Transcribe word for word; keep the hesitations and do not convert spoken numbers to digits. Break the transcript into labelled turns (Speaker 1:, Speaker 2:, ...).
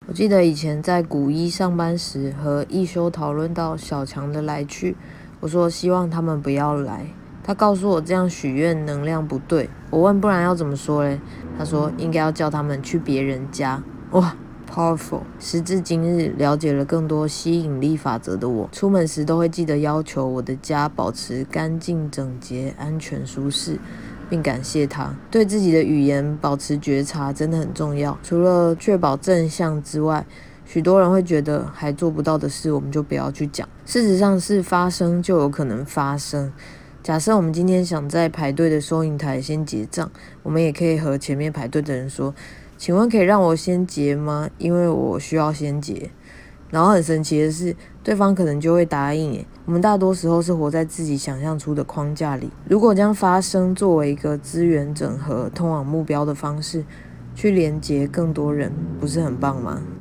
Speaker 1: 我记得以前在古一上班时，和一休讨论到小强的来去，我说希望他们不要来。他告诉我这样许愿能量不对，我问不然要怎么说嘞？他说应该要叫他们去别人家。哇 powerful。 时至今日，了解了更多吸引力法则的我，出门时都会记得要求我的家保持干净整洁、安全舒适，并感谢他。对自己的语言保持觉察真的很重要，除了确保正向之外，许多人会觉得还做不到的事我们就不要去讲，事实上是发生就有可能发生。假设我们今天想在排队的收银台先结账，我们也可以和前面排队的人说，请问可以让我先结吗？因为我需要先结。然后很神奇的是，对方可能就会答应耶。我们大多时候是活在自己想象出的框架里，如果将发生作为一个资源整合、通往目标的方式，去连接更多人，不是很棒吗？